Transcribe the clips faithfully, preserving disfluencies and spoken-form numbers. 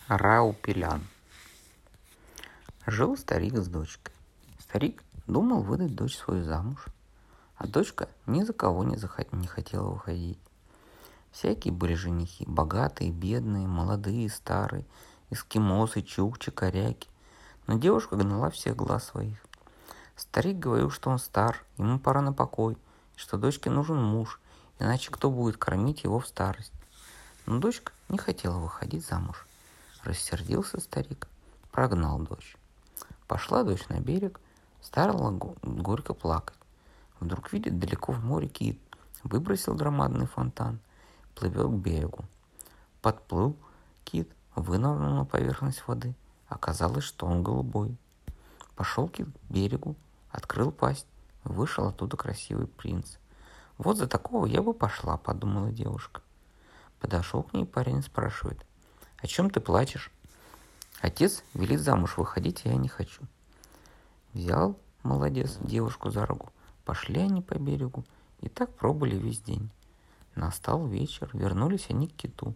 Раупелян. Жил старик с дочкой. Старик думал выдать дочь свою замуж, а дочка ни за кого не, захот... не хотела выходить. Всякие были женихи, богатые, бедные, молодые, старые, эскимосы, чукчи, коряки. Но девушка гнала всех глаз своих. Старик говорил, что он стар, ему пора на покой, что дочке нужен муж, иначе кто будет кормить его в старость. Но дочка не хотела выходить замуж. Рассердился старик, прогнал дочь. Пошла дочь на берег, стала горько плакать. Вдруг видит далеко в море кит, выбросил громадный фонтан, плывет к берегу. Подплыл кит, вынырнул на поверхность воды. Оказалось, что он голубой. Пошел кит к берегу, открыл пасть, вышел оттуда красивый принц. Вот за такого я бы пошла, подумала девушка. Подошел к ней парень и спрашивает: о чем ты плачешь? Отец велит замуж выходить, а я не хочу. Взял, молодец, девушку за руку. Пошли они по берегу и так пробыли весь день. Настал вечер, вернулись они к киту.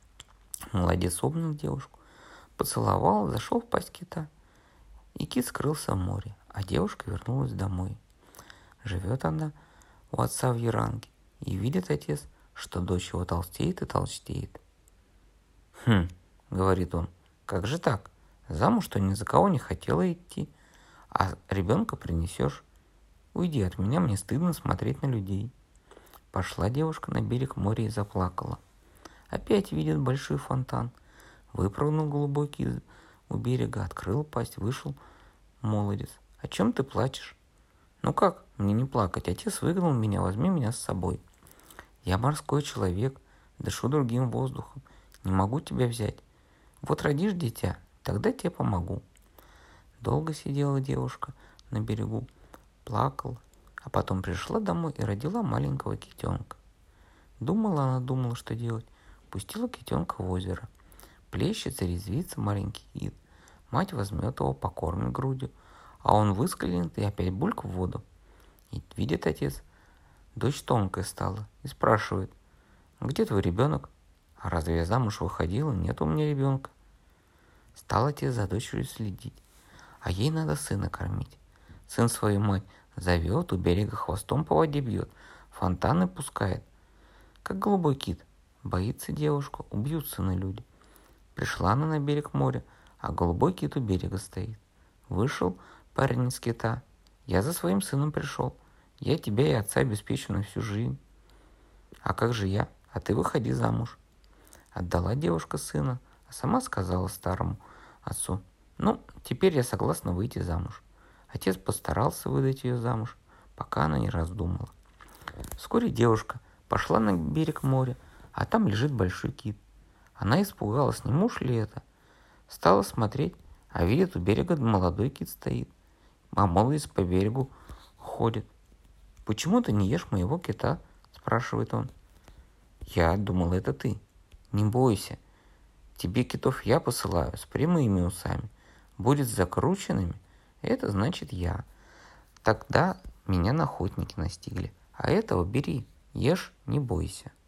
Молодец обнял девушку, поцеловал, зашел в пасть кита. И кит скрылся в море, а девушка вернулась домой. Живет она у отца в Яранге, и видит отец, что дочь его толстеет и толстеет. «Хм, — говорит он, — как же так? Замуж-то ни за кого не хотела идти, а ребенка принесешь. Уйди от меня, мне стыдно смотреть на людей». Пошла девушка на берег моря и заплакала. Опять видит большой фонтан. Выпрыгнул голубой кит у берега, открыл пасть, вышел молодец. «О чем ты плачешь?» «Ну как мне не плакать? Отец выгнал меня, возьми меня с собой. Я морской человек, дышу другим воздухом. Не могу тебя взять. Вот родишь дитя, тогда тебе помогу». Долго сидела девушка на берегу, плакала, а потом пришла домой и родила маленького китенка. Думала она, думала, что делать. Пустила китенка в озеро. Плещется, резвится маленький кит. Мать возьмет его, покормит грудью, а он выскользнет и опять бульк в воду. И видит отец, дочь тонкая стала, и спрашивает: где твой ребенок? А разве я замуж выходила? Нет у меня ребенка. Стал отец за дочерью следить, а ей надо сына кормить. Сын свою мать зовет, у берега хвостом по воде бьет, фонтаны пускает, как голубой кит. Боится девушка, убьют сына люди. Пришла она на берег моря, а голубой кит у берега стоит. Вышел парень из кита: я за своим сыном пришел, я тебя и отца обеспечу на всю жизнь. А как же я? А ты выходи замуж. Отдала девушка сына, а сама сказала старому отцу: ну, теперь я согласна выйти замуж. Отец постарался выдать ее замуж, пока она не раздумала. Вскоре девушка пошла на берег моря, а там лежит большой кит. Она испугалась, не муж ли это. Стала смотреть, а видит, у берега молодой кит стоит, а молодец по берегу ходит. «Почему ты не ешь моего кита?» – спрашивает он. «Я думал, это ты. Не бойся, тебе китов я посылаю с прямыми усами. Будет с закрученными, это значит я. Тогда меня охотники настигли. А этого бери, ешь, не бойся».